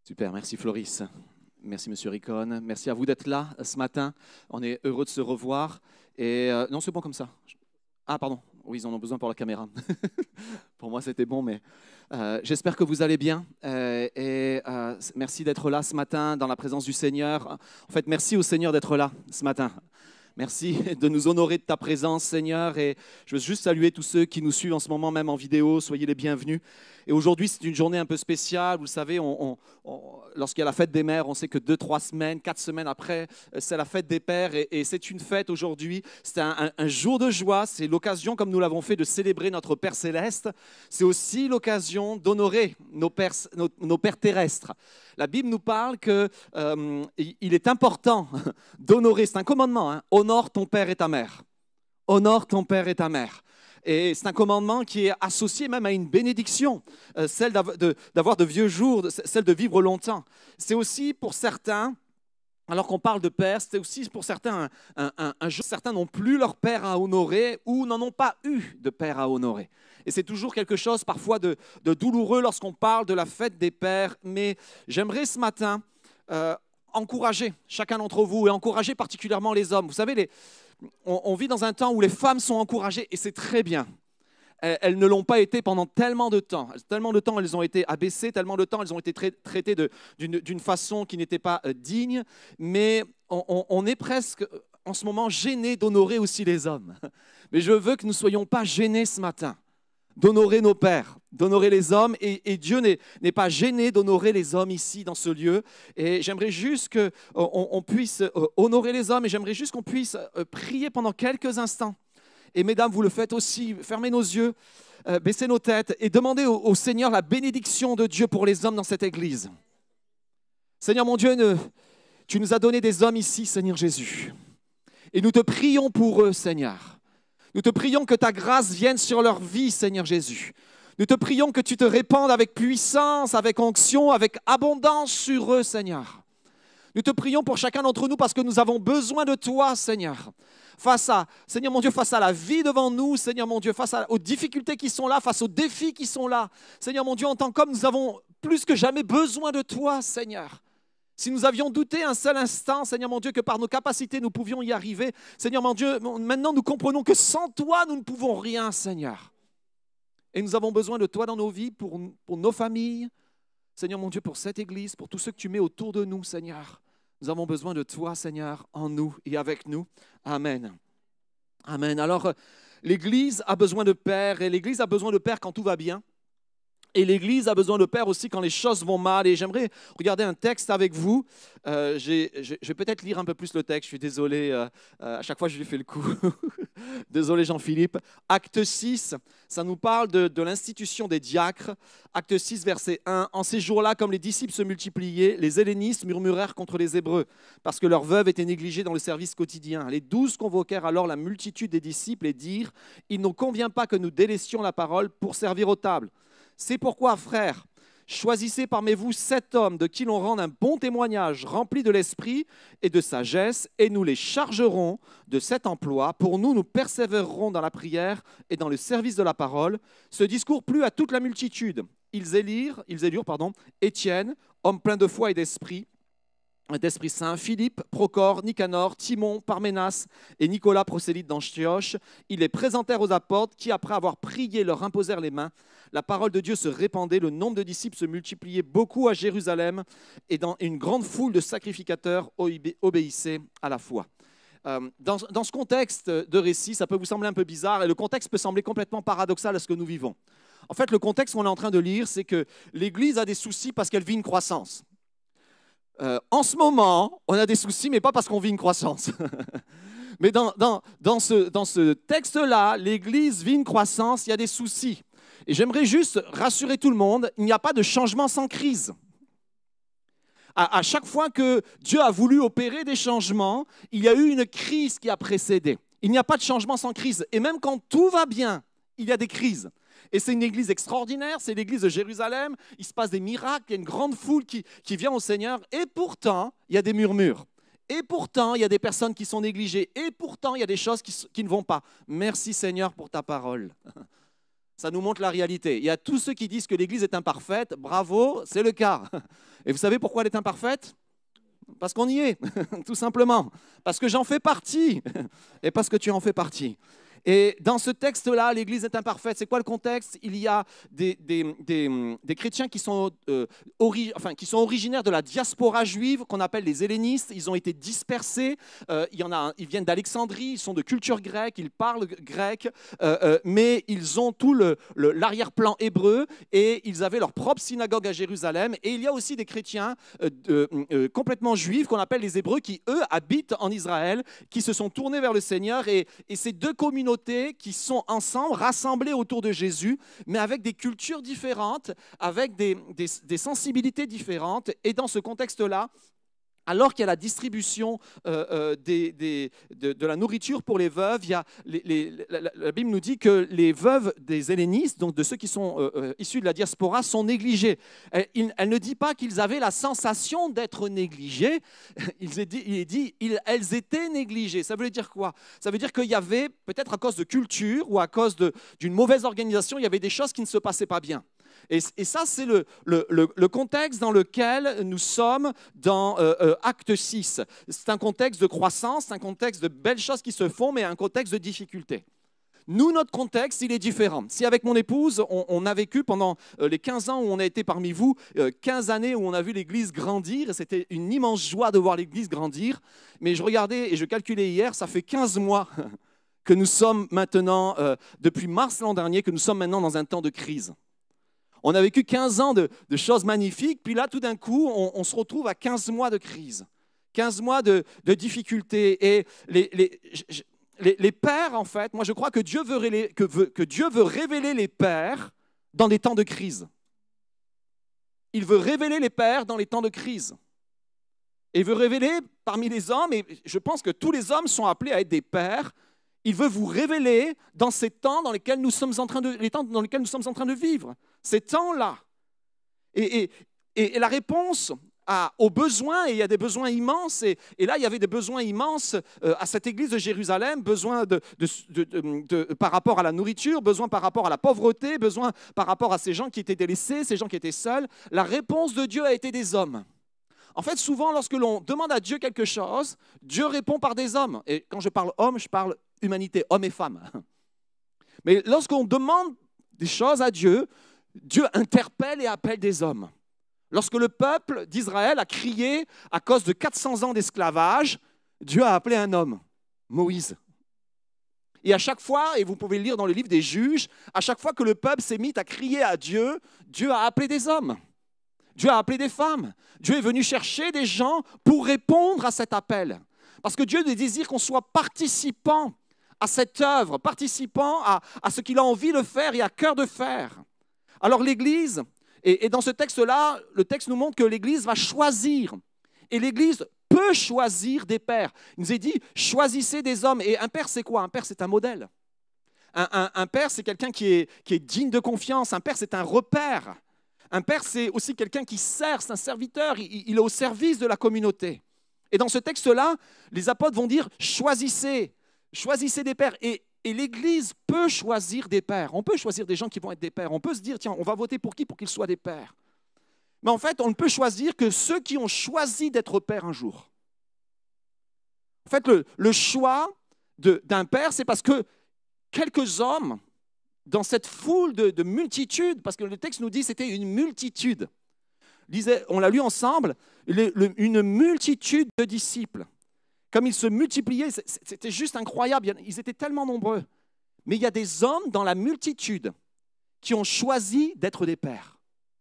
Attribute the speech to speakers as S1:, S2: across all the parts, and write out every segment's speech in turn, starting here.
S1: Super, merci Floris. Merci Monsieur Ricon. Merci à vous d'être là ce matin. On est heureux de se revoir. Et non, c'est bon comme ça. Ah, pardon. Oui, ils en ont besoin pour la caméra. Pour moi, c'était bon, mais j'espère que vous allez bien. Merci d'être là ce matin dans la présence du Seigneur. En fait, merci au Seigneur d'être là ce matin. Merci de nous honorer de ta présence, Seigneur. Et je veux juste saluer tous ceux qui nous suivent en ce moment, même en vidéo. Soyez les bienvenus. Et aujourd'hui, c'est une journée un peu spéciale. Vous le savez, lorsqu'il y a la fête des mères, on sait que 2, 3 semaines, 4 semaines après, c'est la fête des pères. Et c'est une fête aujourd'hui. C'est un jour de joie. C'est l'occasion, comme nous l'avons fait, de célébrer notre Père céleste. C'est aussi l'occasion d'honorer nos pères terrestres. La Bible nous parle qu'il est important d'honorer, c'est un commandement, hein, honore ton père et ta mère. Honore ton père et ta mère. Et c'est un commandement qui est associé même à une bénédiction, celle d'avoir de vieux jours, celle de vivre longtemps. C'est aussi pour certains, alors qu'on parle de père, c'est aussi pour certains un jour, certains n'ont plus leur père à honorer ou n'en ont pas eu de père à honorer. Et c'est toujours quelque chose parfois de douloureux lorsqu'on parle de la fête des pères. Mais j'aimerais ce matin encourager chacun d'entre vous et encourager particulièrement les hommes. Vous savez, on vit dans un temps où les femmes sont encouragées et c'est très bien. Elles ne l'ont pas été pendant tellement de temps. Tellement de temps, elles ont été abaissées, tellement de temps, elles ont été traitées d'une façon qui n'était pas digne. Mais on est presque en ce moment gênés d'honorer aussi les hommes. Mais je veux que nous ne soyons pas gênés ce matin d'honorer nos pères, d'honorer les hommes. Et Dieu n'est pas gêné d'honorer les hommes ici, dans ce lieu. Et j'aimerais juste qu'on puisse honorer les hommes et j'aimerais juste qu'on puisse prier pendant quelques instants. Et mesdames, vous le faites aussi, fermez nos yeux, baissez nos têtes et demandez au Seigneur la bénédiction de Dieu pour les hommes dans cette église. Seigneur mon Dieu, tu nous as donné des hommes ici, Seigneur Jésus. Et nous te prions pour eux, Seigneur. Nous te prions que ta grâce vienne sur leur vie, Seigneur Jésus. Nous te prions que tu te répandes avec puissance, avec onction, avec abondance sur eux, Seigneur. Nous te prions pour chacun d'entre nous parce que nous avons besoin de toi, Seigneur. Seigneur mon Dieu, face à la vie devant nous, Seigneur mon Dieu, face aux difficultés qui sont là, face aux défis qui sont là. Seigneur mon Dieu, en tant qu'homme, nous avons plus que jamais besoin de toi, Seigneur. Si nous avions douté un seul instant, Seigneur mon Dieu, que par nos capacités nous pouvions y arriver, Seigneur mon Dieu, maintenant nous comprenons que sans toi, nous ne pouvons rien, Seigneur. Et nous avons besoin de toi dans nos vies, pour nos familles, Seigneur mon Dieu, pour cette église, pour tous ceux que tu mets autour de nous, Seigneur. Nous avons besoin de toi, Seigneur, en nous et avec nous. Amen. Amen. Alors, l'église a besoin de pères et l'église a besoin de pères quand tout va bien. Et l'Église a besoin de pères aussi quand les choses vont mal. Et j'aimerais regarder un texte avec vous. Je vais peut-être lire un peu plus le texte. Je suis désolé. À chaque fois, je lui fais le coup. Désolé, Jean-Philippe. Acte 6, ça nous parle de l'institution des diacres. Acte 6, verset 1. En ces jours-là, comme les disciples se multipliaient, les hellénistes murmurèrent contre les Hébreux, parce que leurs veuves étaient négligées dans le service quotidien. Les 12 convoquèrent alors la multitude des disciples et dirent : il ne convient pas que nous délaissions la parole pour servir aux tables. C'est pourquoi, frères, choisissez parmi vous 7 hommes de qui l'on rende un bon témoignage, remplis de l'esprit et de sagesse, et nous les chargerons de cet emploi. Pour nous, nous persévérerons dans la prière et dans le service de la parole. Ce discours plut à toute la multitude. Ils élurent, Étienne, homme plein de foi et d'esprit saint, Philippe, Procor, Nicanor, Timon, Parménas et Nicolas, prosélyte d'Antioche. Ils les présentèrent aux apôtres qui, après avoir prié, leur imposèrent les mains. La parole de Dieu se répandait, le nombre de disciples se multipliait beaucoup à Jérusalem et dans une grande foule de sacrificateurs obéissaient à la foi. Dans ce contexte de récit, ça peut vous sembler un peu bizarre et le contexte peut sembler complètement paradoxal à ce que nous vivons. En fait, le contexte qu'on est en train de lire, c'est que l'Église a des soucis parce qu'elle vit une croissance. En ce moment, on a des soucis, mais pas parce qu'on vit une croissance. Mais dans ce texte-là, l'Église vit une croissance, il y a des soucis. Et j'aimerais juste rassurer tout le monde, il n'y a pas de changement sans crise. À chaque fois que Dieu a voulu opérer des changements, il y a eu une crise qui a précédé. Il n'y a pas de changement sans crise. Et même quand tout va bien, il y a des crises. Et c'est une église extraordinaire, c'est l'église de Jérusalem, il se passe des miracles, il y a une grande foule qui vient au Seigneur, et pourtant, il y a des murmures. Et pourtant, il y a des personnes qui sont négligées, et pourtant, il y a des choses qui ne vont pas. Merci Seigneur pour ta parole. Ça nous montre la réalité. Il y a tous ceux qui disent que l'Église est imparfaite. Bravo, c'est le cas. Et vous savez pourquoi elle est imparfaite? Parce qu'on y est, tout simplement. Parce que j'en fais partie. Et parce que tu en fais partie. Et dans ce texte-là, l'Église est imparfaite. C'est quoi le contexte? Il y a des chrétiens qui sont originaires de la diaspora juive, qu'on appelle les hellénistes. Ils ont été dispersés. Ils viennent d'Alexandrie, ils sont de culture grecque, ils parlent grec, mais ils ont tout l'arrière-plan hébreu et ils avaient leur propre synagogue à Jérusalem. Et il y a aussi des chrétiens complètement juifs, qu'on appelle les Hébreux, qui, eux, habitent en Israël, qui se sont tournés vers le Seigneur. Et ces deux communautés qui sont ensemble, rassemblés autour de Jésus, mais avec des cultures différentes, avec des sensibilités différentes. Et dans ce contexte-là, alors qu'il y a la distribution de la nourriture pour les veuves, la Bible nous dit que les veuves des hellénistes, donc de ceux qui sont issus de la diaspora, sont négligées. Elle ne dit pas qu'ils avaient la sensation d'être négligés, elles étaient négligées. Ça veut dire quoi? Ça veut dire qu'il y avait, peut-être à cause de culture ou à cause d'une mauvaise organisation, il y avait des choses qui ne se passaient pas bien. Et ça, c'est le contexte dans lequel nous sommes dans Acte 6. C'est un contexte de croissance, c'est un contexte de belles choses qui se font, mais un contexte de difficulté. Nous, notre contexte, il est différent. Si avec mon épouse, on a vécu pendant les 15 ans où on a été parmi vous, 15 années où on a vu l'Église grandir, et c'était une immense joie de voir l'Église grandir, mais je regardais et je calculais hier, ça fait 15 mois que nous sommes maintenant, depuis mars l'an dernier, que nous sommes maintenant dans un temps de crise. On a vécu 15 ans de choses magnifiques, puis là, tout d'un coup, on se retrouve à 15 mois de crise, 15 mois de difficultés. Et les pères, en fait, moi je crois que Dieu veut révéler les pères dans les temps de crise. Il veut révéler les pères dans les temps de crise. Et il veut révéler parmi les hommes, et je pense que tous les hommes sont appelés à être des pères. Il veut vous révéler dans ces temps dans lesquels nous sommes en train de vivre. Ces temps-là. Et la réponse aux besoins, et il y a des besoins immenses, et là il y avait des besoins immenses à cette église de Jérusalem, besoin par rapport à la nourriture, besoin par rapport à la pauvreté, besoin par rapport à ces gens qui étaient délaissés, ces gens qui étaient seuls. La réponse de Dieu a été des hommes. En fait, souvent, lorsque l'on demande à Dieu quelque chose, Dieu répond par des hommes. Et quand je parle homme, je parle humanité, hommes et femmes. Mais lorsqu'on demande des choses à Dieu, Dieu interpelle et appelle des hommes. Lorsque le peuple d'Israël a crié à cause de 400 ans d'esclavage, Dieu a appelé un homme, Moïse. Et à chaque fois, et vous pouvez le lire dans le livre des Juges, à chaque fois que le peuple s'est mis à crier à Dieu, Dieu a appelé des hommes. Dieu a appelé des femmes. Dieu est venu chercher des gens pour répondre à cet appel. Parce que Dieu désire qu'on soit participant à cette œuvre, participant à ce qu'il a envie de faire et à cœur de faire. Alors l'Église, et dans ce texte-là, le texte nous montre que l'Église va choisir. Et l'Église peut choisir des pères. Il nous est dit, choisissez des hommes. Et un père, c'est quoi? Un père, c'est un modèle. Un père, c'est quelqu'un qui est digne de confiance. Un père, c'est un repère. Un père, c'est aussi quelqu'un qui sert, c'est un serviteur. Il est au service de la communauté. Et dans ce texte-là, les apôtres vont dire, choisissez des pères. Et l'Église peut choisir des pères. On peut choisir des gens qui vont être des pères. On peut se dire, tiens, on va voter pour qui pour qu'ils soient des pères. Mais en fait, on ne peut choisir que ceux qui ont choisi d'être pères un jour. En fait, le choix d'un père, c'est parce que quelques hommes, dans cette foule de multitudes, parce que le texte nous dit que c'était une multitude, on l'a lu ensemble, une multitude de disciples. Comme ils se multipliaient, c'était juste incroyable, ils étaient tellement nombreux. Mais il y a des hommes dans la multitude qui ont choisi d'être des pères.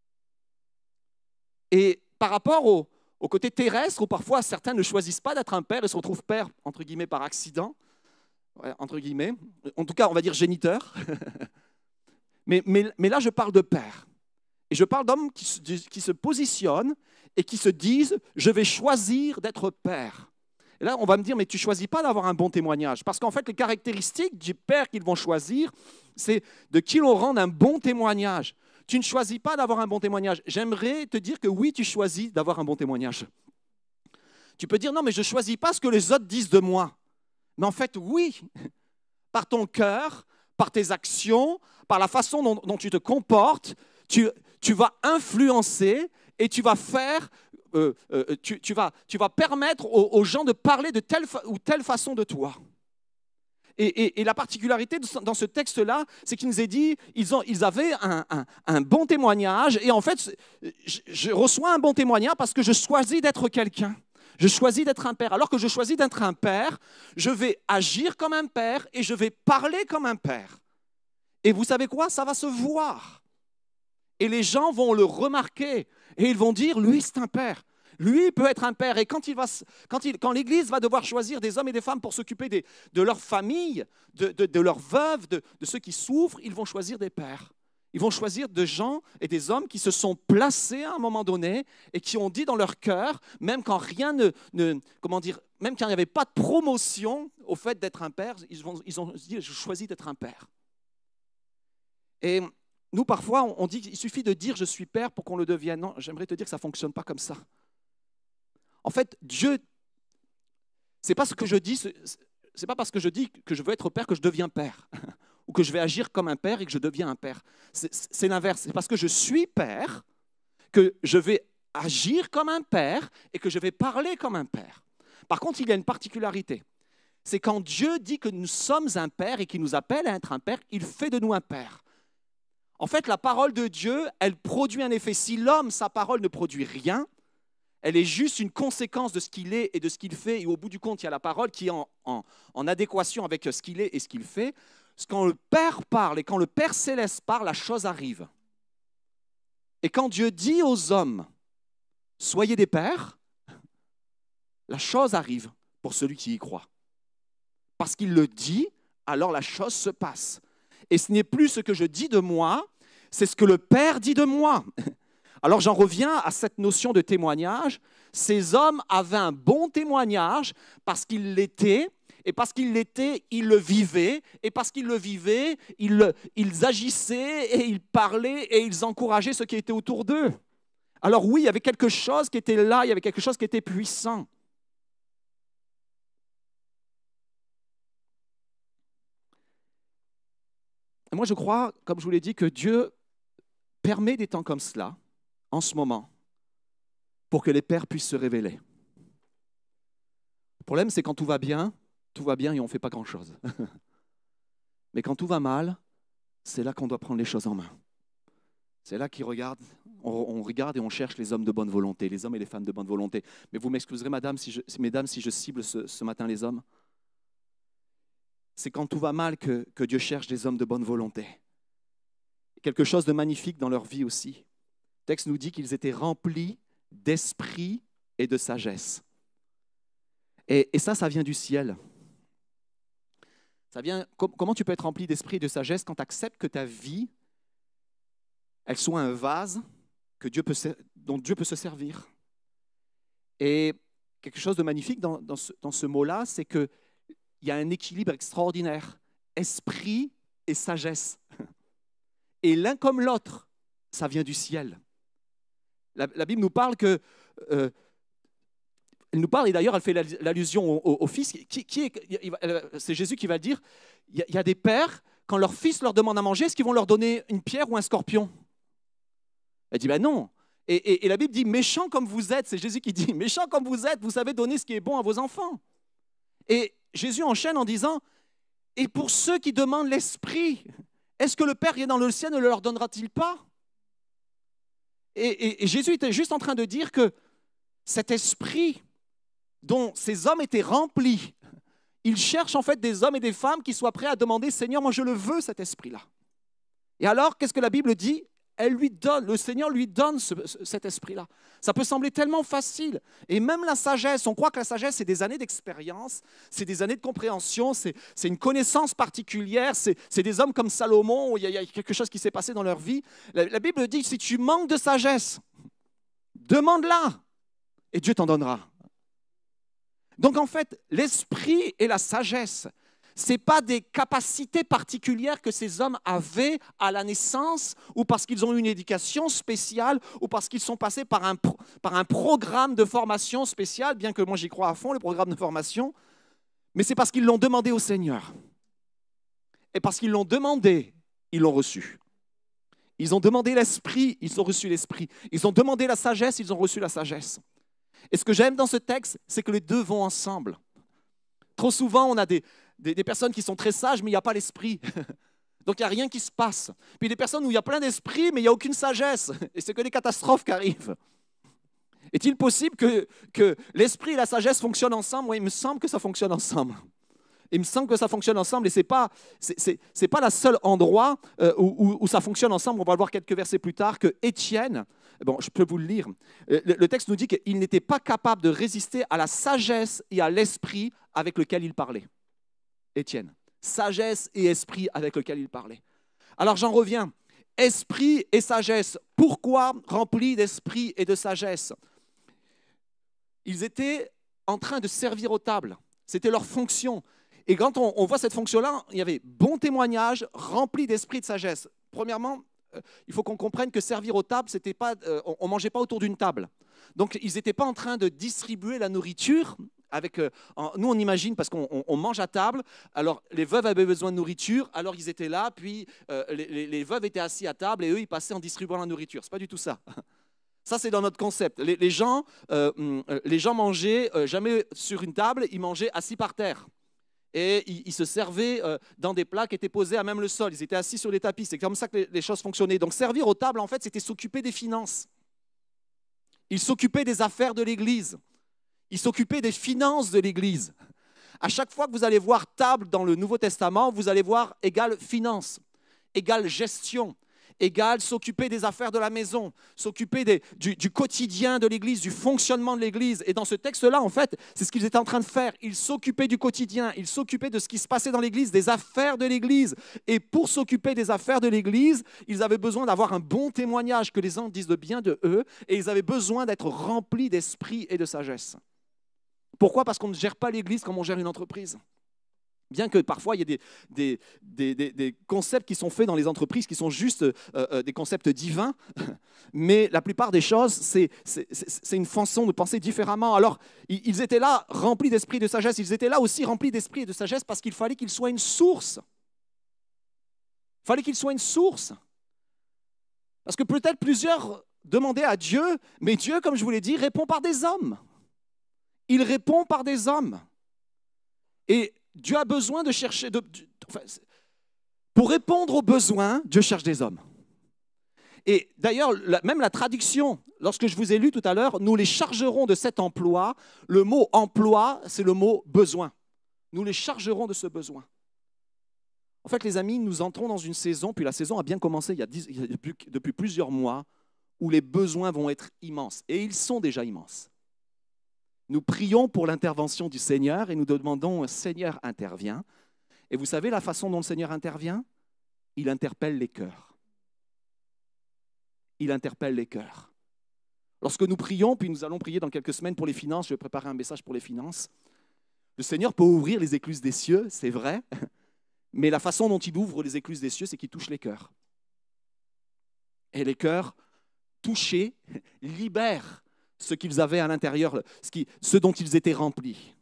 S1: Et par rapport au côté terrestre, où parfois certains ne choisissent pas d'être un père et se retrouvent pères, entre guillemets, par accident, ouais, entre guillemets, en tout cas, on va dire géniteur. mais là, je parle de père. Et je parle d'hommes qui se positionnent et qui se disent, je vais choisir d'être père. Et là, on va me dire, mais tu ne choisis pas d'avoir un bon témoignage. Parce qu'en fait, les caractéristiques du père qu'ils vont choisir, c'est de qui l'on rende un bon témoignage. Tu ne choisis pas d'avoir un bon témoignage. J'aimerais te dire que oui, tu choisis d'avoir un bon témoignage. Tu peux dire, non, mais je ne choisis pas ce que les autres disent de moi. Mais en fait, oui, par ton cœur, par tes actions, par la façon dont tu te comportes, tu vas influencer et tu vas faire, tu vas permettre aux gens de parler de telle ou telle façon de toi. Et la particularité dans ce texte-là, c'est qu'il nous est dit, ils avaient un bon témoignage. Et en fait, je reçois un bon témoignage parce que je choisis d'être quelqu'un. Je choisis d'être un père. Alors que je choisis d'être un père, je vais agir comme un père et je vais parler comme un père. Et vous savez quoi? Ça va se voir. Et les gens vont le remarquer. Et ils vont dire, lui, c'est un père. Lui peut être un père. Et quand l'Église va devoir choisir des hommes et des femmes pour s'occuper de leur famille, de leurs veuves, de ceux qui souffrent, ils vont choisir des pères. Ils vont choisir des gens et des hommes qui se sont placés à un moment donné et qui ont dit dans leur cœur, même quand rien même quand il n'y avait pas de promotion au fait d'être un père, ils ont dit, je choisis d'être un père. Et nous, parfois, on dit qu'il suffit de dire je suis père pour qu'on le devienne. Non, j'aimerais te dire que ça ne fonctionne pas comme ça. En fait, Dieu, c'est pas parce que je dis que je veux être père que je deviens père, ou que je vais agir comme un père et que je deviens un père. C'est l'inverse. C'est parce que je suis père que je vais agir comme un père et que je vais parler comme un père. Par contre, il y a une particularité. C'est quand Dieu dit que nous sommes un père et qu'il nous appelle à être un père, il fait de nous un père. En fait, la parole de Dieu, elle produit un effet. Si l'homme, sa parole ne produit rien, elle est juste une conséquence de ce qu'il est et de ce qu'il fait. Et au bout du compte, il y a la parole qui est en adéquation avec ce qu'il est et ce qu'il fait. Quand le Père parle et quand le Père céleste parle, la chose arrive. Et quand Dieu dit aux hommes, soyez des pères, la chose arrive pour celui qui y croit. Parce qu'il le dit, alors la chose se passe. Et ce n'est plus ce que je dis de moi, c'est ce que le Père dit de moi. Alors j'en reviens à cette notion de témoignage. Ces hommes avaient un bon témoignage parce qu'ils l'étaient, et parce qu'ils l'étaient, ils le vivaient, et parce qu'ils le vivaient, ils agissaient, et ils parlaient, et ils encourageaient ceux qui étaient autour d'eux. Alors oui, il y avait quelque chose qui était là, il y avait quelque chose qui était puissant. Et moi je crois, comme je vous l'ai dit, que Dieu permet des temps comme cela, en ce moment, pour que les pères puissent se révéler. Le problème, c'est quand tout va bien et on ne fait pas grand-chose. Mais quand tout va mal, c'est là qu'on doit prendre les choses en main. C'est là qu'on regarde, on regarde et on cherche les hommes de bonne volonté, les hommes et les femmes de bonne volonté. Mais vous m'excuserez, mesdames, si je cible ce matin les hommes. C'est quand tout va mal que Dieu cherche des hommes de bonne volonté. Quelque chose de magnifique dans leur vie aussi. Le texte nous dit qu'ils étaient remplis d'esprit et de sagesse. Et ça vient du ciel. Ça vient, comment tu peux être rempli d'esprit et de sagesse quand tu acceptes que ta vie, elle soit un vase dont Dieu peut se servir. Et quelque chose de magnifique dans ce mot-là, c'est qu'il y a un équilibre extraordinaire. Esprit et sagesse. Et l'un comme l'autre, ça vient du ciel. La Bible nous parle que... elle nous parle, et d'ailleurs, elle fait l'allusion au Fils. C'est Jésus qui va le dire. Il y a des pères, quand leur fils leur demande à manger, est-ce qu'ils vont leur donner une pierre ou un scorpion? Elle dit, ben non. Et la Bible dit, méchants comme vous êtes, c'est Jésus qui dit, méchants comme vous êtes, vous savez donner ce qui est bon à vos enfants. Et Jésus enchaîne en disant, et pour ceux qui demandent l'Esprit, est-ce que le Père qui est dans le ciel ne le leur donnera-t-il pas? Et Jésus était juste en train de dire que cet esprit dont ces hommes étaient remplis, il cherche en fait des hommes et des femmes qui soient prêts à demander « Seigneur, moi je le veux cet esprit-là ». Et alors, qu'est-ce que la Bible dit? Elle lui donne, le Seigneur lui donne cet esprit-là. Ça peut sembler tellement facile. Et même la sagesse, on croit que la sagesse, c'est des années d'expérience, c'est des années de compréhension, c'est une connaissance particulière, c'est des hommes comme Salomon, où il y a quelque chose qui s'est passé dans leur vie. La Bible dit, si tu manques de sagesse, demande-la et Dieu t'en donnera. Donc en fait, l'esprit et la sagesse, ce n'est pas des capacités particulières que ces hommes avaient à la naissance ou parce qu'ils ont eu une éducation spéciale ou parce qu'ils sont passés par un programme de formation spécial, bien que moi j'y crois à fond, le programme de formation, mais c'est parce qu'ils l'ont demandé au Seigneur. Et parce qu'ils l'ont demandé, ils l'ont reçu. Ils ont demandé l'esprit, ils ont reçu l'esprit. Ils ont demandé la sagesse, ils ont reçu la sagesse. Et ce que j'aime dans ce texte, c'est que les deux vont ensemble. Trop souvent, on a des personnes qui sont très sages, mais il n'y a pas l'esprit. Donc, il n'y a rien qui se passe. Puis des personnes où il y a plein d'esprit, mais il n'y a aucune sagesse. Et c'est que des catastrophes qui arrivent. Est-il possible que l'esprit et la sagesse fonctionnent ensemble? Oui, il me semble que ça fonctionne ensemble. Il me semble que ça fonctionne ensemble et ce n'est pas le seul endroit où ça fonctionne ensemble. On va le voir quelques versets plus tard que Étienne, bon, je peux vous le lire, le texte nous dit qu'il n'était pas capable de résister à la sagesse et à l'esprit avec lequel il parlait. Étienne, sagesse et esprit avec lequel il parlait. Alors j'en reviens, esprit et sagesse. Pourquoi remplis d'esprit et de sagesse? Ils étaient en train de servir aux tables. C'était leur fonction. Et quand on voit cette fonction-là, il y avait bon témoignage, rempli d'esprit et de sagesse. Premièrement, il faut qu'on comprenne que servir aux tables, c'était pas, on ne mangeait pas autour d'une table. Donc, ils n'étaient pas en train de distribuer la nourriture. Nous, on imagine, parce qu'on mange à table, alors les veuves avaient besoin de nourriture, alors ils étaient là, puis les veuves étaient assis à table et eux, ils passaient en distribuant la nourriture. Ce n'est pas du tout ça. Ça, c'est dans notre concept. Les gens mangeaient jamais sur une table, ils mangeaient assis par terre. Et ils se servaient dans des plats qui étaient posés à même le sol. Ils étaient assis sur les tapis. C'est comme ça que les choses fonctionnaient. Donc, servir aux tables, en fait, c'était s'occuper des finances. Ils s'occupaient des affaires de l'Église. Ils s'occupaient des finances de l'Église. À chaque fois que vous allez voir table dans le Nouveau Testament, vous allez voir égale finance, égale gestion, égale s'occuper des affaires de la maison, s'occuper du quotidien de l'Église, du fonctionnement de l'Église. Et dans ce texte-là, en fait, c'est ce qu'ils étaient en train de faire. Ils s'occupaient du quotidien, ils s'occupaient de ce qui se passait dans l'Église, des affaires de l'Église. Et pour s'occuper des affaires de l'Église, ils avaient besoin d'avoir un bon témoignage, que les gens disent de bien de eux, et ils avaient besoin d'être remplis d'esprit et de sagesse. Pourquoi? Parce qu'on ne gère pas l'Église comme on gère une entreprise. Bien que parfois, il y ait des concepts qui sont faits dans les entreprises qui sont juste des concepts divins, mais la plupart des choses, c'est une façon de penser différemment. Alors, ils étaient là remplis d'esprit et de sagesse. Ils étaient là aussi remplis d'esprit et de sagesse parce qu'il fallait qu'ils soient une source. Il fallait qu'ils soient une source. Parce que peut-être plusieurs demandaient à Dieu, mais Dieu, comme je vous l'ai dit, répond par des hommes. Il répond par des hommes. Et Dieu a besoin de chercher, pour répondre aux besoins, Dieu cherche des hommes. Et d'ailleurs, même la traduction, lorsque je vous ai lu tout à l'heure, nous les chargerons de cet emploi. Le mot emploi, c'est le mot besoin. Nous les chargerons de ce besoin. En fait, les amis, nous entrons dans une saison, puis la saison a bien commencé depuis plusieurs mois, où les besoins vont être immenses. Et ils sont déjà immenses. Nous prions pour l'intervention du Seigneur et nous demandons, Seigneur, interviens. Et vous savez la façon dont le Seigneur intervient? Il interpelle les cœurs. Il interpelle les cœurs. Lorsque nous prions, puis nous allons prier dans quelques semaines pour les finances, je vais préparer un message pour les finances, le Seigneur peut ouvrir les écluses des cieux, c'est vrai, mais la façon dont il ouvre les écluses des cieux, c'est qu'il touche les cœurs. Et les cœurs touchés libèrent ce qu'ils avaient à l'intérieur, ce dont ils étaient remplis.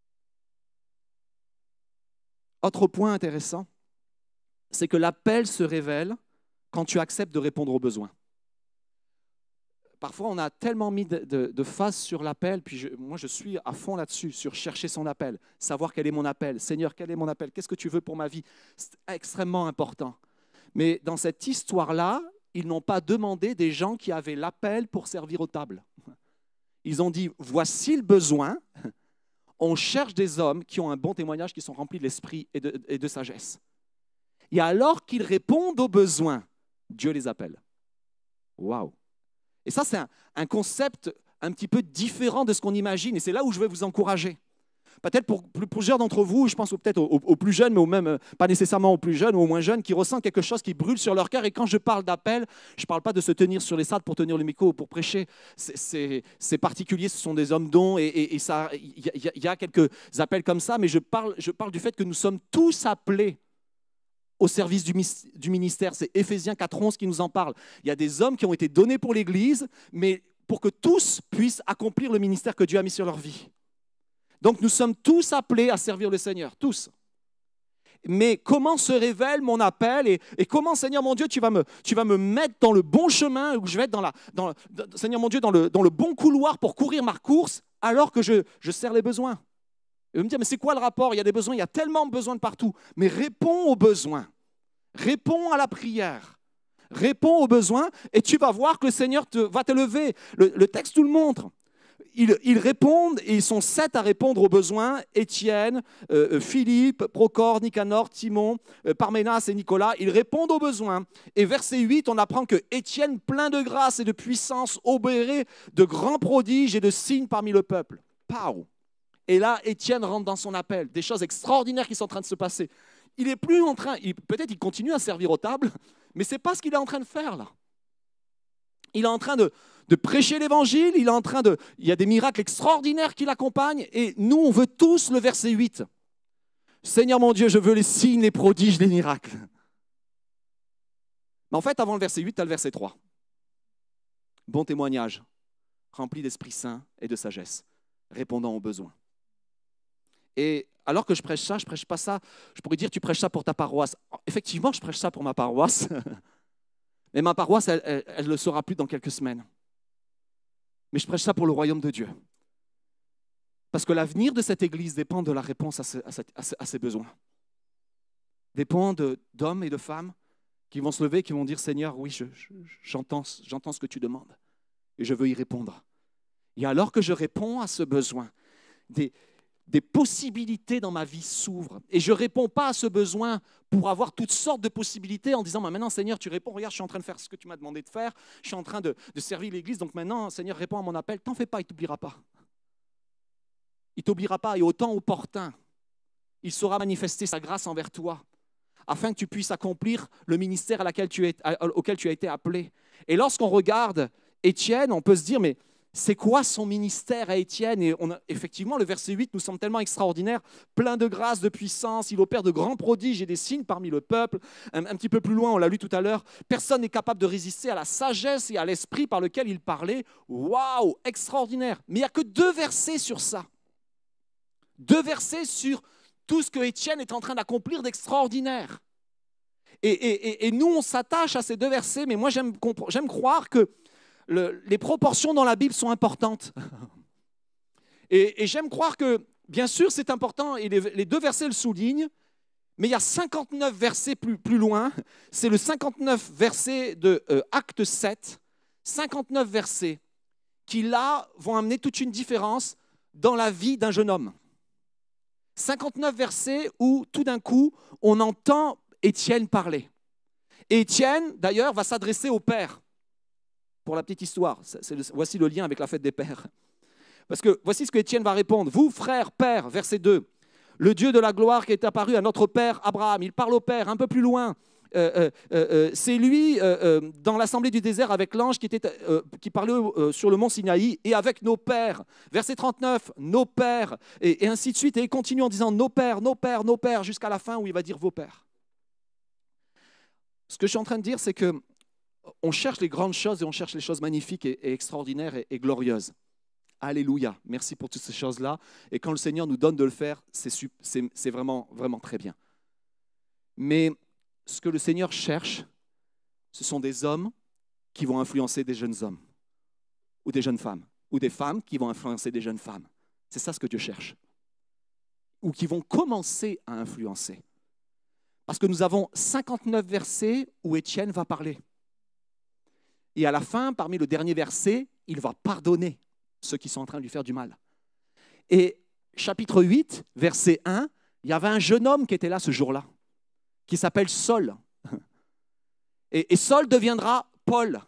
S1: Autre point intéressant, c'est que l'appel se révèle quand tu acceptes de répondre aux besoins. Parfois, on a tellement mis de phase sur l'appel, puis moi je suis à fond là-dessus, sur chercher son appel, savoir quel est mon appel. Seigneur, quel est mon appel? Qu'est-ce que tu veux pour ma vie? C'est extrêmement important. Mais dans cette histoire-là, ils n'ont pas demandé des gens qui avaient l'appel pour servir aux tables. Ils ont dit, voici le besoin, on cherche des hommes qui ont un bon témoignage, qui sont remplis de l'esprit et de sagesse. Et alors qu'ils répondent aux besoins, Dieu les appelle. Waouh! Et ça, c'est un concept un petit peu différent de ce qu'on imagine, et c'est là où je vais vous encourager. Peut-être pour plusieurs d'entre vous, je pense peut-être aux plus jeunes, mais même pas nécessairement aux plus jeunes ou aux moins jeunes, qui ressentent quelque chose qui brûle sur leur cœur. Et quand je parle d'appel, je ne parle pas de se tenir sur les salles pour tenir le micro ou pour prêcher. C'est particulier, ce sont des hommes dons et il y a quelques appels comme ça, mais je parle du fait que nous sommes tous appelés au service du ministère. C'est Éphésiens 4:11 qui nous en parle. Il y a des hommes qui ont été donnés pour l'Église, mais pour que tous puissent accomplir le ministère que Dieu a mis sur leur vie. Donc, nous sommes tous appelés à servir le Seigneur, tous. mais comment se révèle mon appel et comment, Seigneur mon Dieu, tu vas me mettre dans le bon chemin, où je vais être Seigneur mon Dieu, dans le bon couloir pour courir ma course, alors que je sers les besoins. Et vous me dire, mais c'est quoi le rapport? Il y a des besoins, il y a tellement de besoins de partout. Mais réponds aux besoins. Réponds à la prière. Réponds aux besoins et tu vas voir que le Seigneur va te lever. Le texte nous le montre. Ils répondent et ils sont 7 à répondre aux besoins. Étienne, Philippe, Procor, Nicanor, Timon, Parménas et Nicolas. Ils répondent aux besoins. Et verset 8, on apprend que Étienne, plein de grâce et de puissance, obérait de grands prodiges et de signes parmi le peuple. Pow! Et là, Étienne rentre dans son appel. Des choses extraordinaires qui sont en train de se passer. Il est plus en train, peut-être il continue à servir aux tables, mais ce n'est pas ce qu'il est en train de faire là. Il est en train de prêcher l'évangile, il y a des miracles extraordinaires qui l'accompagnent, et nous, on veut tous le verset 8. Seigneur mon Dieu, je veux les signes, les prodiges, les miracles. Mais en fait, avant le verset 8, tu as le verset 3. Bon témoignage, rempli d'Esprit Saint et de sagesse, répondant aux besoins. Et alors que je prêche ça, je ne prêche pas ça. Je pourrais dire, tu prêches ça pour ta paroisse. Effectivement, je prêche ça pour ma paroisse. Mais ma paroisse, elle ne le sera plus dans quelques semaines. Mais je prêche ça pour le royaume de Dieu. Parce que l'avenir de cette Église dépend de la réponse à ses besoins. Dépend d'hommes et de femmes qui vont se lever, qui vont dire, Seigneur, oui, j'entends ce que tu demandes. Et je veux y répondre. Et alors que je réponds à ce besoin, des possibilités dans ma vie s'ouvrent. Et je ne réponds pas à ce besoin pour avoir toutes sortes de possibilités en disant, maintenant Seigneur, tu réponds, regarde, je suis en train de faire ce que tu m'as demandé de faire, je suis en train de servir l'Église, donc maintenant, Seigneur, réponds à mon appel. T'en fais pas, il ne t'oubliera pas. Il ne t'oubliera pas, et au temps opportun, il saura manifester sa grâce envers toi, afin que tu puisses accomplir le ministère auquel tu as été appelé. Et lorsqu'on regarde Étienne, on peut se dire, mais c'est quoi son ministère à Étienne? Et effectivement, le verset 8 nous semble tellement extraordinaire. Plein de grâce, de puissance, il opère de grands prodiges et des signes parmi le peuple. Un petit peu plus loin, on l'a lu tout à l'heure, personne n'est capable de résister à la sagesse et à l'esprit par lequel il parlait. Waouh, extraordinaire! Mais il n'y a que 2 versets sur ça. 2 versets sur tout ce que Étienne est en train d'accomplir d'extraordinaire. Et nous, on s'attache à ces 2 versets, mais moi, j'aime croire que les proportions dans la Bible sont importantes. Et j'aime croire que, bien sûr, c'est important, et les 2 versets le soulignent, mais il y a 59 versets plus loin. C'est le 59 verset de Acte 7, 59 versets qui, là, vont amener toute une différence dans la vie d'un jeune homme. 59 versets où, tout d'un coup, on entend Étienne parler. Et Étienne, d'ailleurs, va s'adresser au Père. Pour la petite histoire, voici le lien avec la fête des pères. Parce que voici ce que Étienne va répondre. Vous, frères, pères, verset 2, le Dieu de la gloire qui est apparu à notre père Abraham. Il parle au Père un peu plus loin. C'est lui, dans l'assemblée du désert avec l'ange qui parlait sur le mont Sinaï, et avec nos pères. Verset 39, nos pères, et ainsi de suite. Et il continue en disant nos pères, nos pères, nos pères, jusqu'à la fin où il va dire vos pères. Ce que je suis en train de dire, c'est que on cherche les grandes choses et on cherche les choses magnifiques et extraordinaires et glorieuses. Alléluia. Merci pour toutes ces choses-là. Et quand le Seigneur nous donne de le faire, c'est vraiment, vraiment très bien. Mais ce que le Seigneur cherche, ce sont des hommes qui vont influencer des jeunes hommes ou des jeunes femmes ou des femmes qui vont influencer des jeunes femmes. C'est ça ce que Dieu cherche. Ou qui vont commencer à influencer. Parce que nous avons 59 versets où Étienne va parler. Et à la fin, parmi le dernier verset, il va pardonner ceux qui sont en train de lui faire du mal. Et chapitre 8, verset 1, il y avait un jeune homme qui était là ce jour-là, qui s'appelle Saul. Et Saul deviendra Paul.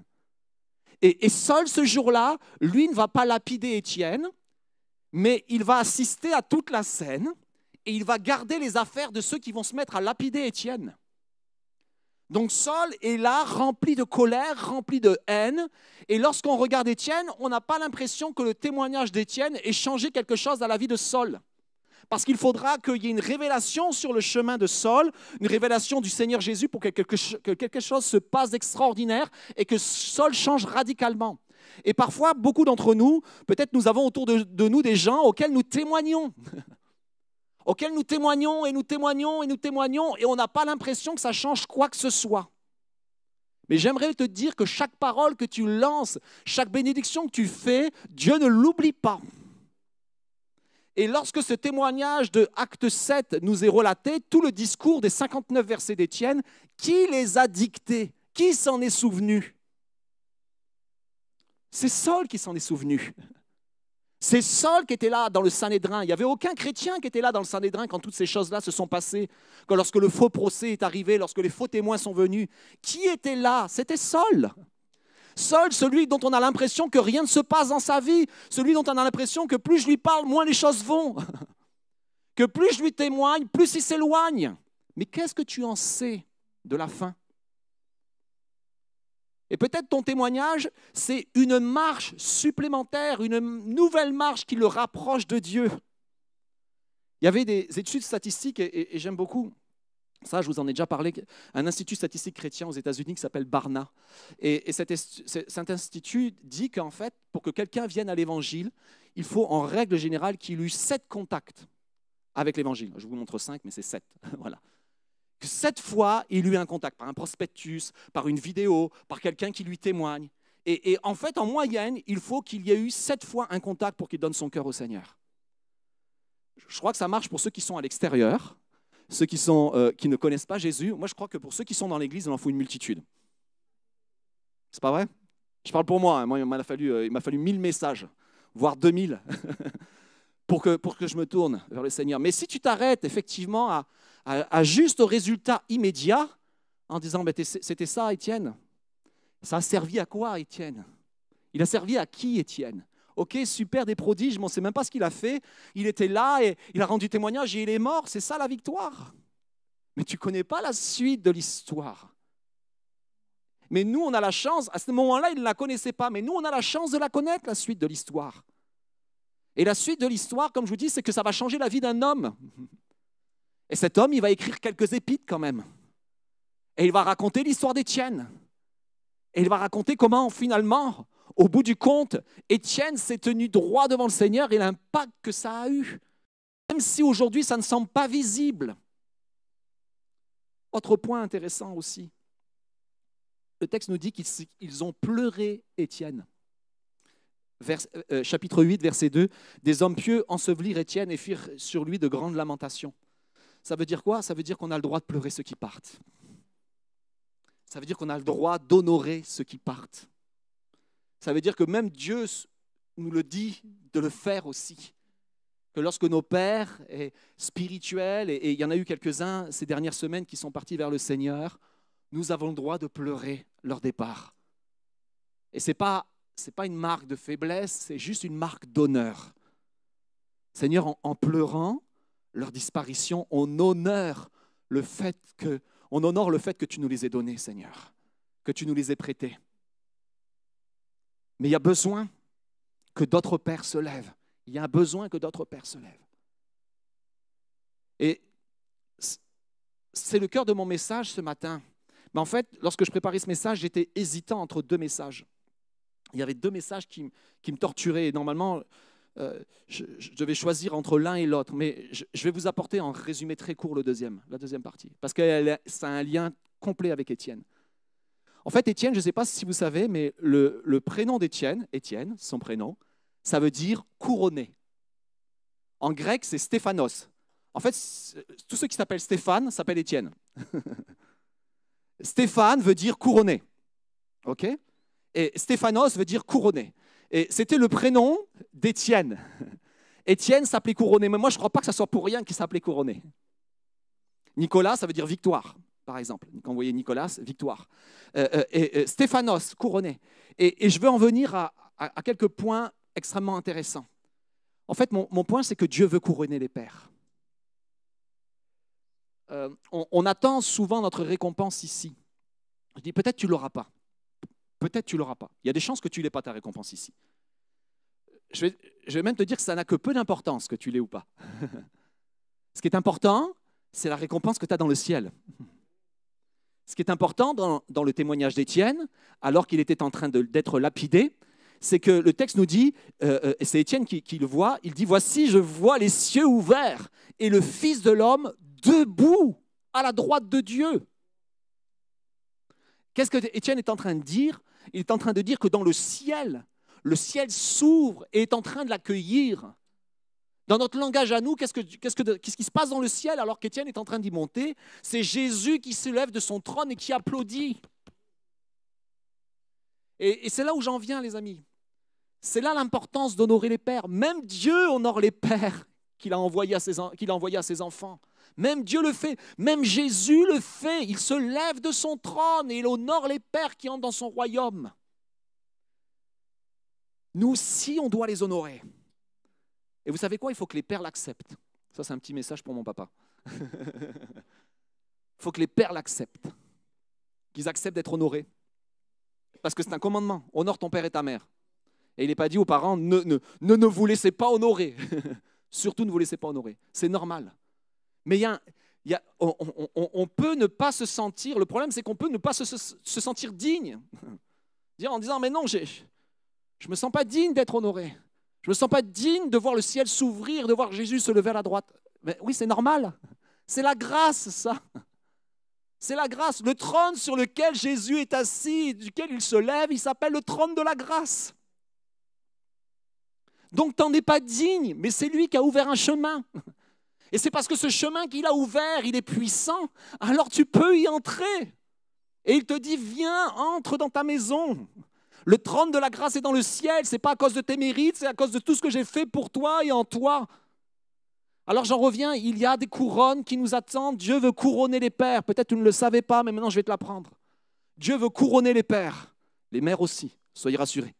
S1: Et Saul, ce jour-là, lui ne va pas lapider Étienne, mais il va assister à toute la scène et il va garder les affaires de ceux qui vont se mettre à lapider Étienne. Donc Saul est là, rempli de colère, rempli de haine. Et lorsqu'on regarde Étienne, on n'a pas l'impression que le témoignage d'Étienne ait changé quelque chose dans la vie de Saul. Parce qu'il faudra qu'il y ait une révélation sur le chemin de Saul, une révélation du Seigneur Jésus pour que quelque chose se passe d'extraordinaire et que Saul change radicalement. Et parfois, beaucoup d'entre nous, peut-être nous avons autour de nous des gens auxquels nous témoignons. auxquels nous témoignons et nous témoignons et nous témoignons et on n'a pas l'impression que ça change quoi que ce soit. Mais j'aimerais te dire que chaque parole que tu lances, chaque bénédiction que tu fais, Dieu ne l'oublie pas. Et lorsque ce témoignage de Acte 7 nous est relaté, tout le discours des 59 versets d'Étienne, qui les a dictés? Qui s'en est souvenu? C'est Saul qui s'en est souvenu. C'est Saul qui était là dans le Sanhédrin. Il n'y avait aucun chrétien qui était là dans le Sanhédrin quand toutes ces choses-là se sont passées, quand lorsque le faux procès est arrivé, lorsque les faux témoins sont venus. Qui était là? C'était Saul. Saul, celui dont on a l'impression que rien ne se passe dans sa vie, celui dont on a l'impression que plus je lui parle, moins les choses vont, que plus je lui témoigne, plus il s'éloigne. Mais qu'est-ce que tu en sais de la fin? Et peut-être ton témoignage, c'est une marche supplémentaire, une nouvelle marche qui le rapproche de Dieu. Il y avait des études statistiques, et j'aime beaucoup. Ça, je vous en ai déjà parlé, un institut statistique chrétien aux États-Unis qui s'appelle Barna. Et cet institut dit qu'en fait, pour que quelqu'un vienne à l'Évangile, il faut en règle générale qu'il ait eu 7 contacts avec l'Évangile. Je vous montre 5, mais c'est 7. Voilà. 7 fois, il a eu un contact par un prospectus, par une vidéo, par quelqu'un qui lui témoigne. Et en fait, en moyenne, il faut qu'il y ait eu 7 fois un contact pour qu'il donne son cœur au Seigneur. Je crois que ça marche pour ceux qui sont à l'extérieur. Ceux qui ne connaissent pas Jésus, moi je crois que pour ceux qui sont dans l'église, il en faut une multitude. C'est pas vrai? Je parle pour moi, moi il m'a fallu 1000 messages, voire 2000, pour que je me tourne vers le Seigneur. Mais si tu t'arrêtes effectivement à juste au résultat immédiat, en disant c'était ça Étienne, ça a servi à quoi Étienne? Il a servi à qui Étienne? Ok, super, des prodiges, mais on ne sait même pas ce qu'il a fait. Il était là et il a rendu témoignage et il est mort. C'est ça la victoire. Mais tu ne connais pas la suite de l'histoire. Mais nous, on a la chance, à ce moment-là, il ne la connaissait pas, mais nous, on a la chance de la connaître, la suite de l'histoire. Et la suite de l'histoire, comme je vous dis, c'est que ça va changer la vie d'un homme. Et cet homme, il va écrire quelques épîtres quand même. Et il va raconter l'histoire d'Étienne. Et il va raconter comment, finalement, au bout du compte, Étienne s'est tenu droit devant le Seigneur et l'impact que ça a eu. Même si aujourd'hui, ça ne semble pas visible. Autre point intéressant aussi. Le texte nous dit qu'ils ont pleuré Étienne. Chapitre 8, verset 2. Des hommes pieux ensevelirent Étienne et firent sur lui de grandes lamentations. Ça veut dire quoi? Ça veut dire qu'on a le droit de pleurer ceux qui partent. Ça veut dire qu'on a le droit d'honorer ceux qui partent. Ça veut dire que même Dieu nous le dit de le faire aussi. Que lorsque nos pères spirituels, et il y en a eu quelques-uns ces dernières semaines qui sont partis vers le Seigneur, nous avons le droit de pleurer leur départ. Et ce n'est pas une marque de faiblesse, c'est juste une marque d'honneur. Seigneur, en pleurant leur disparition, on honore le fait que tu nous les aies donnés, Seigneur, que tu nous les aies prêtés. Mais il y a besoin que d'autres pères se lèvent. Il y a besoin que d'autres pères se lèvent. Et c'est le cœur de mon message ce matin. Mais en fait, lorsque je préparais ce message, j'étais hésitant entre 2 messages. Il y avait 2 messages qui me torturaient. Et normalement, je devais choisir entre l'un et l'autre. Mais je vais vous apporter en résumé très court la deuxième partie. Parce que ça a un lien complet avec Étienne. En fait, Étienne, je ne sais pas si vous savez, mais le prénom d'Étienne, Étienne, son prénom, ça veut dire couronné. En grec, c'est Stéphanos. En fait, tous ceux qui s'appellent Stéphane s'appellent Étienne. Stéphane veut dire couronné. OK? Et Stéphanos veut dire couronné. Et c'était le prénom d'Étienne. Étienne s'appelait couronné, mais moi je ne crois pas que ça soit pour rien qu'il s'appelait couronné. Nicolas, ça veut dire victoire, par exemple. Quand vous voyez Nicolas, victoire. Stéphanos, couronné. Et je veux en venir à quelques points extrêmement intéressants. En fait, mon point, c'est que Dieu veut couronner les pères. On attend souvent notre récompense ici. Je dis, peut-être tu ne l'auras pas. Peut-être tu ne l'auras pas. Il y a des chances que tu n'aies pas ta récompense ici. Je vais même te dire que ça n'a que peu d'importance que tu l'aies ou pas. Ce qui est important, c'est la récompense que tu as dans le ciel. Ce qui est important dans le témoignage d'Étienne, alors qu'il était en train d'être lapidé, c'est que le texte nous dit, et c'est Étienne qui le voit, il dit, voici, je vois les cieux ouverts et le Fils de l'homme debout à la droite de Dieu. Qu'est-ce que Étienne est en train de dire? Il est en train de dire que dans le ciel s'ouvre et est en train de l'accueillir. Dans notre langage à nous, qu'est-ce qui se passe dans le ciel alors qu'Étienne est en train d'y monter? C'est Jésus qui se lève de son trône et qui applaudit. Et c'est là où j'en viens, les amis. C'est là l'importance d'honorer les pères. Même Dieu honore les pères qu'il a envoyés à ses enfants. Même Dieu le fait. Même Jésus le fait. Il se lève de son trône et il honore les pères qui entrent dans son royaume. Nous aussi, on doit les honorer. Et vous savez quoi? Il faut que les pères l'acceptent. Ça, c'est un petit message pour mon papa. Il faut que les pères l'acceptent. Qu'ils acceptent d'être honorés. Parce que c'est un commandement. Honore ton père et ta mère. Et il n'est pas dit aux parents, ne vous laissez pas honorer. Surtout ne vous laissez pas honorer. C'est normal. Mais on peut ne pas se sentir, le problème c'est qu'on peut ne pas se sentir digne. En disant, mais non, je ne me sens pas digne d'être honoré. Je ne me sens pas digne de voir le ciel s'ouvrir, de voir Jésus se lever à la droite. Mais oui, c'est normal. C'est la grâce, ça. C'est la grâce. Le trône sur lequel Jésus est assis, duquel il se lève, il s'appelle le trône de la grâce. Donc, tu n'en es pas digne, mais c'est lui qui a ouvert un chemin. Et c'est parce que ce chemin qu'il a ouvert, il est puissant, alors tu peux y entrer. Et il te dit, viens, entre dans ta maison. Le trône de la grâce est dans le ciel. Ce n'est pas à cause de tes mérites, c'est à cause de tout ce que j'ai fait pour toi et en toi. Alors j'en reviens, il y a des couronnes qui nous attendent. Dieu veut couronner les pères. Peut-être tu ne le savais pas, mais maintenant je vais te l'apprendre. Dieu veut couronner les pères. Les mères aussi, soyez rassurés.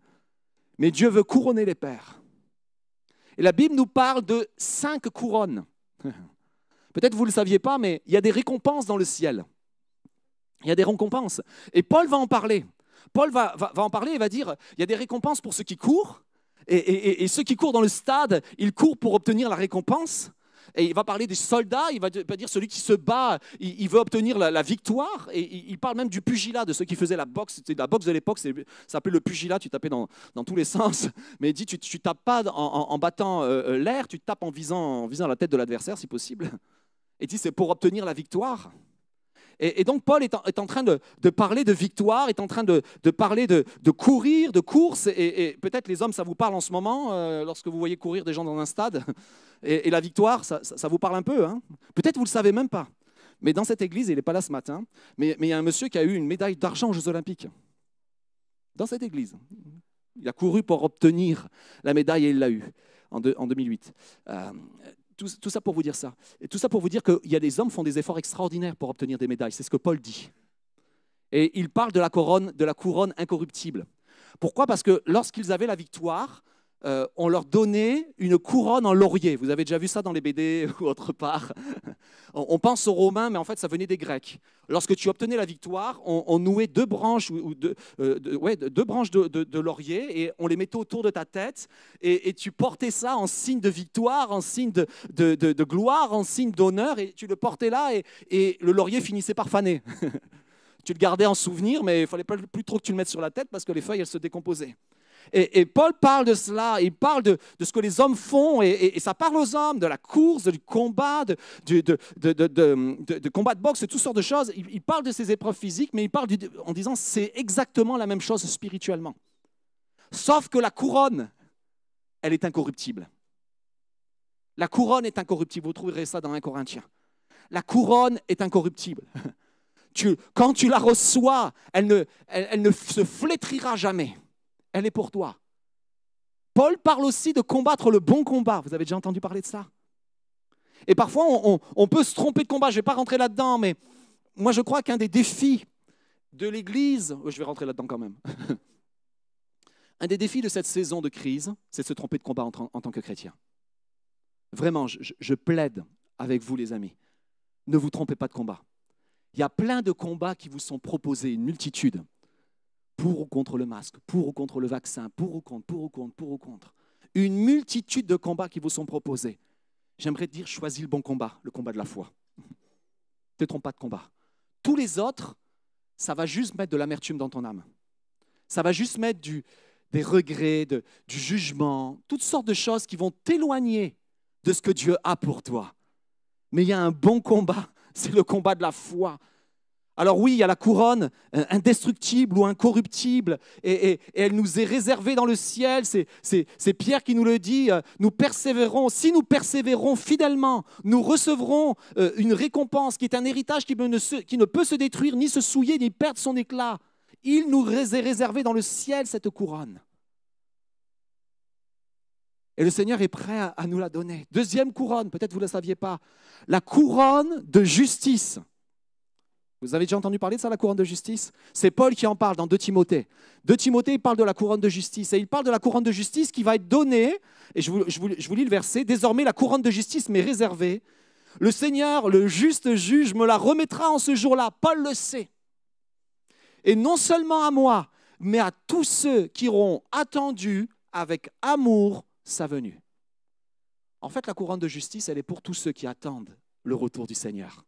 S1: Mais Dieu veut couronner les pères. Et la Bible nous parle de 5 couronnes. Peut-être vous ne le saviez pas, mais il y a des récompenses dans le ciel. Il y a des récompenses. Et Paul va en parler. Paul va en parler et va dire, il y a des récompenses pour ceux qui courent. Et ceux qui courent dans le stade, ils courent pour obtenir la récompense. Et il va parler des soldats, il va dire celui qui se bat, il veut obtenir la victoire. Et il parle même du pugilat, de ceux qui faisaient la boxe. C'était la boxe de l'époque, ça s'appelait le pugilat, tu tapais dans tous les sens. Mais il dit, tu ne tapes pas en battant l'air, tu tapes en visant la tête de l'adversaire si possible. Et il dit, c'est pour obtenir la victoire. Et donc Paul est en train de parler de victoire, est en train de parler de courir, de course. Et peut-être les hommes, ça vous parle en ce moment, lorsque vous voyez courir des gens dans un stade. Et la victoire, ça vous parle un peu. Hein. Peut-être vous ne le savez même pas. Mais dans cette église, il n'est pas là ce matin, mais il y a un monsieur qui a eu une médaille d'argent aux Jeux Olympiques. Dans cette église. Il a couru pour obtenir la médaille et il l'a eu en 2008. Tout ça pour vous dire ça. Et tout ça pour vous dire qu'il y a des hommes qui font des efforts extraordinaires pour obtenir des médailles. C'est ce que Paul dit. Et il parle de la couronne incorruptible. Pourquoi? Parce que lorsqu'ils avaient la victoire, on leur donnait une couronne en laurier. Vous avez déjà vu ça dans les BD ou autre part. On pense aux Romains, mais en fait, ça venait des Grecs. Lorsque tu obtenais la victoire, on nouait 2 branches, deux branches de laurier et on les mettait autour de ta tête et tu portais ça en signe de victoire, en signe de gloire, en signe d'honneur et tu le portais là et le laurier finissait par faner. Tu le gardais en souvenir, mais il ne fallait pas plus trop que tu le mettes sur la tête parce que les feuilles, elles se décomposaient. Et Paul parle de cela, il parle de ce que les hommes font, et ça parle aux hommes, de la course, du combat, de combat de boxe, de toutes sortes de choses. Il parle de ces épreuves physiques, mais il parle en disant c'est exactement la même chose spirituellement. Sauf que la couronne, elle est incorruptible. La couronne est incorruptible, vous trouverez ça dans 1 Corinthiens. La couronne est incorruptible. Quand tu la reçois, elle ne se flétrira jamais. Elle est pour toi. Paul parle aussi de combattre le bon combat. Vous avez déjà entendu parler de ça? Et parfois, on peut se tromper de combat. Je ne vais pas rentrer là-dedans, mais moi, je crois qu'un des défis de l'Église, je vais rentrer là-dedans quand même, un des défis de cette saison de crise, c'est de se tromper de combat en tant que chrétien. Vraiment, je plaide avec vous, les amis. Ne vous trompez pas de combat. Il y a plein de combats qui vous sont proposés, une multitude. Pour ou contre le masque, pour ou contre le vaccin, pour ou contre, pour ou contre, pour ou contre. Une multitude de combats qui vous sont proposés. J'aimerais te dire, choisis le bon combat, le combat de la foi. Ne te trompe pas de combat. Tous les autres, ça va juste mettre de l'amertume dans ton âme. Ça va juste mettre des regrets, du jugement, toutes sortes de choses qui vont t'éloigner de ce que Dieu a pour toi. Mais il y a un bon combat, c'est le combat de la foi. Alors oui, il y a la couronne indestructible ou incorruptible, et elle nous est réservée dans le ciel. C'est Pierre qui nous le dit. Nous persévérons. Si nous persévérons fidèlement, nous recevrons une récompense qui est un héritage qui ne peut se détruire, ni se souiller, ni perdre son éclat. Il nous est réservé dans le ciel cette couronne. Et le Seigneur est prêt à nous la donner. Deuxième couronne, peut-être vous ne le saviez pas, la couronne de justice. Vous avez déjà entendu parler de ça, la couronne de justice? C'est Paul qui en parle dans 2 Timothée. 2 Timothée, il parle de la couronne de justice. Et il parle de la couronne de justice qui va être donnée, et je vous lis le verset, « Désormais, la couronne de justice m'est réservée. Le Seigneur, le juste juge, me la remettra en ce jour-là. » Paul le sait. Et non seulement à moi, mais à tous ceux qui auront attendu avec amour sa venue. En fait, la couronne de justice, elle est pour tous ceux qui attendent le retour du Seigneur.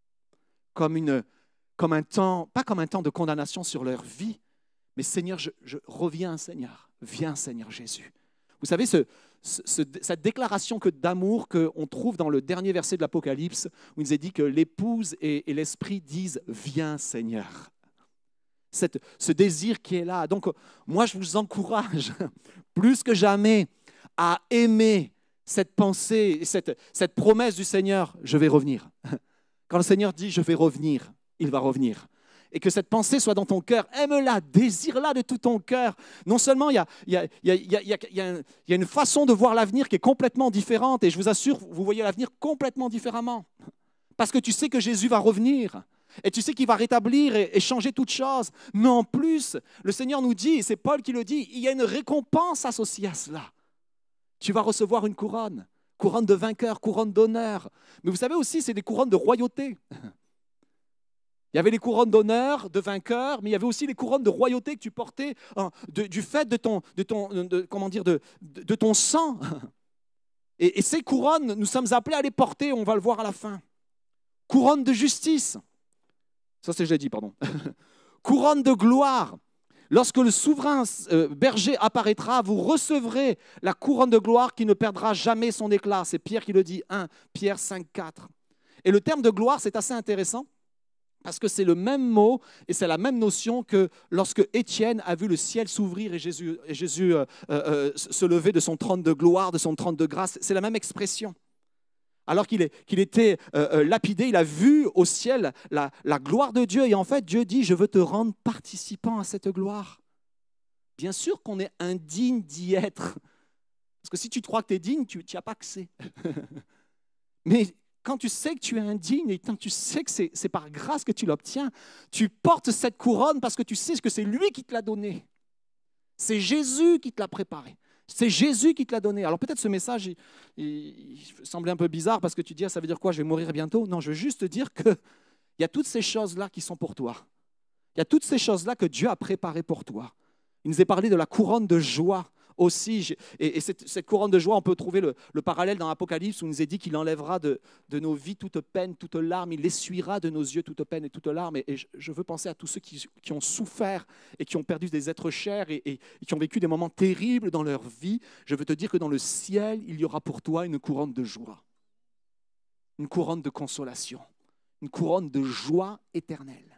S1: Comme un temps, pas comme un temps de condamnation sur leur vie, mais Seigneur, je reviens, Seigneur. Viens, Seigneur Jésus. Vous savez, cette déclaration d'amour qu'on trouve dans le dernier verset de l'Apocalypse, où il nous est dit que l'épouse et l'esprit disent « Viens, Seigneur ». Ce désir qui est là. Donc, moi, je vous encourage plus que jamais à aimer cette pensée, cette promesse du Seigneur, je vais revenir. Quand le Seigneur dit, je vais revenir, il va revenir. Et que cette pensée soit dans ton cœur, aime-la, désire-la de tout ton cœur. Non seulement il y a une façon de voir l'avenir qui est complètement différente, et je vous assure, vous voyez l'avenir complètement différemment. Parce que tu sais que Jésus va revenir. Et tu sais qu'il va rétablir et changer toutes choses. Mais en plus, le Seigneur nous dit, et c'est Paul qui le dit, il y a une récompense associée à cela. Tu vas recevoir une couronne de vainqueur, couronne d'honneur. Mais vous savez aussi, c'est des couronnes de royauté. Il y avait les couronnes d'honneur, de vainqueur, mais il y avait aussi les couronnes de royauté que tu portais du fait de ton sang. Et ces couronnes, nous sommes appelés à les porter, on va le voir à la fin. Couronne de justice. Ça, c'est je l'ai dit, pardon. Couronne de gloire. Lorsque le souverain berger apparaîtra, vous recevrez la couronne de gloire qui ne perdra jamais son éclat. C'est Pierre qui le dit, 1 Pierre 5, 4. Et le terme de gloire, c'est assez intéressant parce que c'est le même mot et c'est la même notion que lorsque Étienne a vu le ciel s'ouvrir et Jésus se lever de son trône de gloire, de son trône de grâce. C'est la même expression. Alors qu'il était lapidé, il a vu au ciel la gloire de Dieu. Et en fait, Dieu dit, je veux te rendre participant à cette gloire. Bien sûr qu'on est indigne d'y être. Parce que si tu crois que tu es digne, tu n'y as pas accès. Mais quand tu sais que tu es indigne et quand tu sais que c'est par grâce que tu l'obtiens, tu portes cette couronne parce que tu sais que c'est lui qui te l'a donnée. C'est Jésus qui te l'a préparé. C'est Jésus qui te l'a donné. Alors peut-être ce message, il semblait un peu bizarre parce que tu dis, ah, ça veut dire quoi, je vais mourir bientôt? Non, je veux juste te dire qu'il y a toutes ces choses-là qui sont pour toi. Il y a toutes ces choses-là que Dieu a préparées pour toi. Il nous est parlé de la couronne de joie aussi. Et cette couronne de joie, on peut trouver le parallèle dans l'Apocalypse où il nous est dit qu'il enlèvera de nos vies toute peine, toute larme. Il essuiera de nos yeux toute peine et toute larme. Et je veux penser à tous ceux qui ont souffert et qui ont perdu des êtres chers et qui ont vécu des moments terribles dans leur vie. Je veux te dire que dans le ciel, il y aura pour toi une couronne de joie, une couronne de consolation, une couronne de joie éternelle.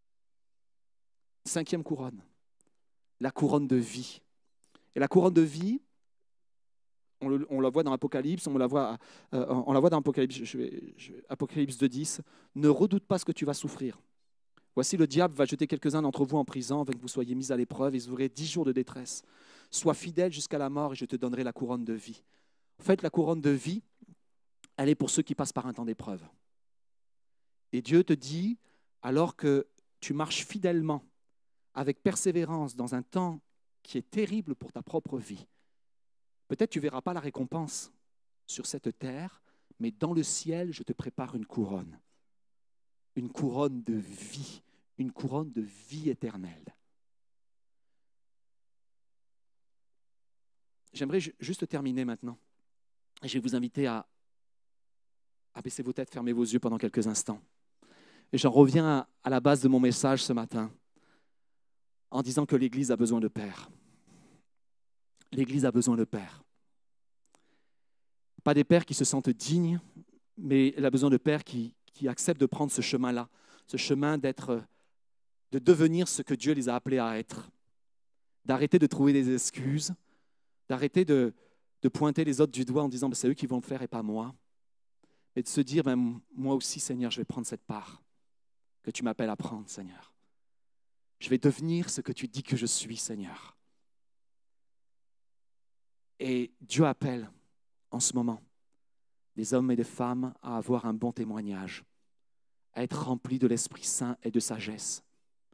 S1: 5e couronne, la couronne de vie. Et la couronne de vie, on la voit dans l'Apocalypse, on la voit dans l'Apocalypse, Apocalypse 2.10. Ne redoute pas ce que tu vas souffrir. Voici, le diable va jeter quelques-uns d'entre vous en prison, afin que vous soyez mis à l'épreuve, et vous aurez 10 jours de détresse. Sois fidèle jusqu'à la mort, et je te donnerai la couronne de vie. En fait, la couronne de vie, elle est pour ceux qui passent par un temps d'épreuve. Et Dieu te dit, alors que tu marches fidèlement, avec persévérance, dans un temps qui est terrible pour ta propre vie. Peut-être tu ne verras pas la récompense sur cette terre, mais dans le ciel, je te prépare une couronne de vie, une couronne de vie éternelle. J'aimerais juste terminer maintenant. Je vais vous inviter à baisser vos têtes, fermer vos yeux pendant quelques instants. Et j'en reviens à la base de mon message ce matin, en disant que l'Église a besoin de pères. L'Église a besoin de pères. Pas des pères qui se sentent dignes, mais elle a besoin de pères qui acceptent de prendre ce chemin-là, ce chemin de devenir ce que Dieu les a appelés à être, d'arrêter de trouver des excuses, d'arrêter de pointer les autres du doigt en disant c'est eux qui vont le faire et pas moi, et de se dire moi aussi Seigneur, je vais prendre cette part que tu m'appelles à prendre Seigneur. Je vais devenir ce que tu dis que je suis Seigneur. Et Dieu appelle en ce moment des hommes et des femmes à avoir un bon témoignage, à être remplis de l'Esprit Saint et de sagesse.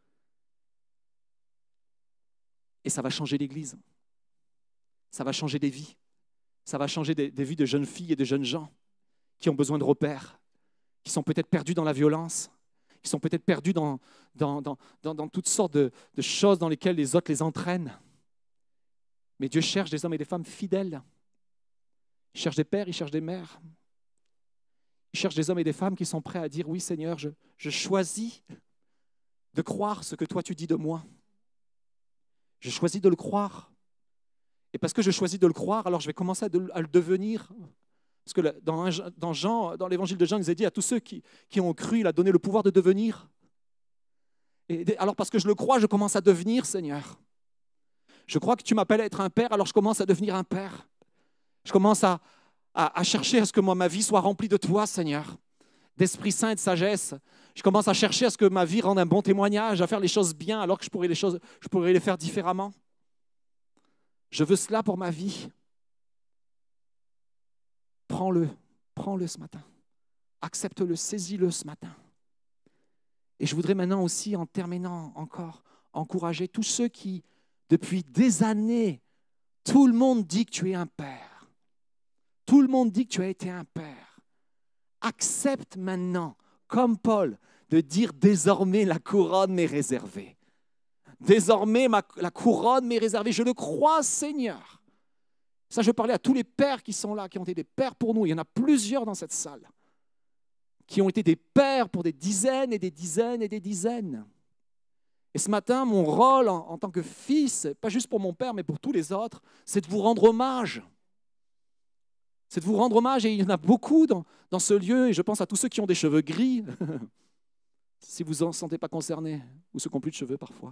S1: Et ça va changer l'Église. Ça va changer des vies. Ça va changer des vies de jeunes filles et de jeunes gens qui ont besoin de repères, qui sont peut-être perdus dans la violence, qui sont peut-être perdus dans toutes sortes de choses dans lesquelles les autres les entraînent. Mais Dieu cherche des hommes et des femmes fidèles. Il cherche des pères, il cherche des mères. Il cherche des hommes et des femmes qui sont prêts à dire « Oui Seigneur, je choisis de croire ce que toi tu dis de moi. Je choisis de le croire. Et parce que je choisis de le croire, alors je vais commencer à le devenir. » Parce que dans l'évangile de Jean, il nous a dit à tous ceux qui ont cru, il a donné le pouvoir de devenir. Et alors parce que je le crois, je commence à devenir, Seigneur. Je crois que tu m'appelles à être un père, alors je commence à devenir un père. Je commence à chercher à ce que ma vie soit remplie de toi, Seigneur, d'Esprit Saint et de sagesse. Je commence à chercher à ce que ma vie rende un bon témoignage, à faire les choses bien, alors que je pourrais les faire différemment. Je veux cela pour ma vie. Prends-le ce matin. Accepte-le, saisis-le ce matin. Et je voudrais maintenant aussi, en terminant encore, encourager tous ceux qui, depuis des années, tout le monde dit que tu es un père. Tout le monde dit que tu as été un père. Accepte maintenant, comme Paul, de dire désormais la couronne m'est réservée. Désormais la couronne m'est réservée. Je le crois, Seigneur. Ça, je parlais à tous les pères qui sont là, qui ont été des pères pour nous. Il y en a plusieurs dans cette salle qui ont été des pères pour des dizaines et des dizaines et des dizaines. Et ce matin, mon rôle en tant que fils, pas juste pour mon père, mais pour tous les autres, c'est de vous rendre hommage. C'est de vous rendre hommage, et il y en a beaucoup dans ce lieu, et je pense à tous ceux qui ont des cheveux gris, si vous ne en sentez pas concernés, ou ceux qui n'ont plus de cheveux parfois.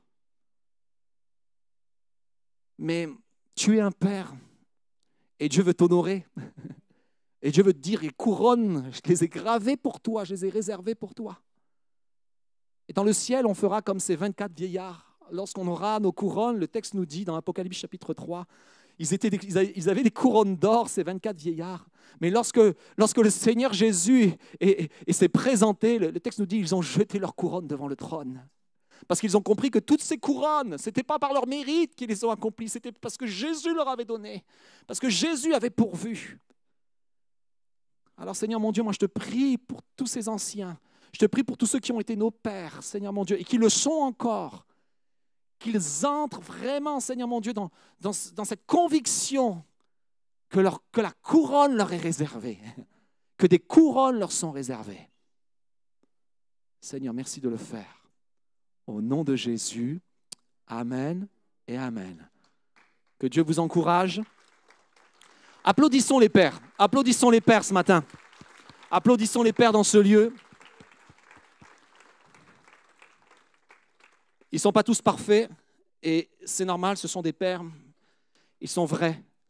S1: Mais tu es un père, et Dieu veut t'honorer. Et Dieu veut te dire, les couronnes, je les ai gravées pour toi, je les ai réservées pour toi. Et dans le ciel, on fera comme ces 24 vieillards. Lorsqu'on aura nos couronnes, le texte nous dit dans Apocalypse chapitre 3, ils avaient des couronnes d'or, ces 24 vieillards. Mais lorsque le Seigneur Jésus s'est présenté, le texte nous dit qu'ils ont jeté leurs couronnes devant le trône. Parce qu'ils ont compris que toutes ces couronnes, ce n'était pas par leur mérite qu'ils les ont accomplies, c'était parce que Jésus leur avait donné, parce que Jésus avait pourvu. Alors Seigneur mon Dieu, moi je te prie pour tous ces anciens, je te prie pour tous ceux qui ont été nos pères, Seigneur mon Dieu, et qui le sont encore, qu'ils entrent vraiment, Seigneur mon Dieu, dans cette conviction que la couronne leur est réservée, que des couronnes leur sont réservées. Seigneur, merci de le faire. Au nom de Jésus, amen et amen. Que Dieu vous encourage. Applaudissons les pères ce matin. Applaudissons les pères dans ce lieu. Ils ne sont pas tous parfaits et c'est normal, ce sont des pères. Ils sont vrais,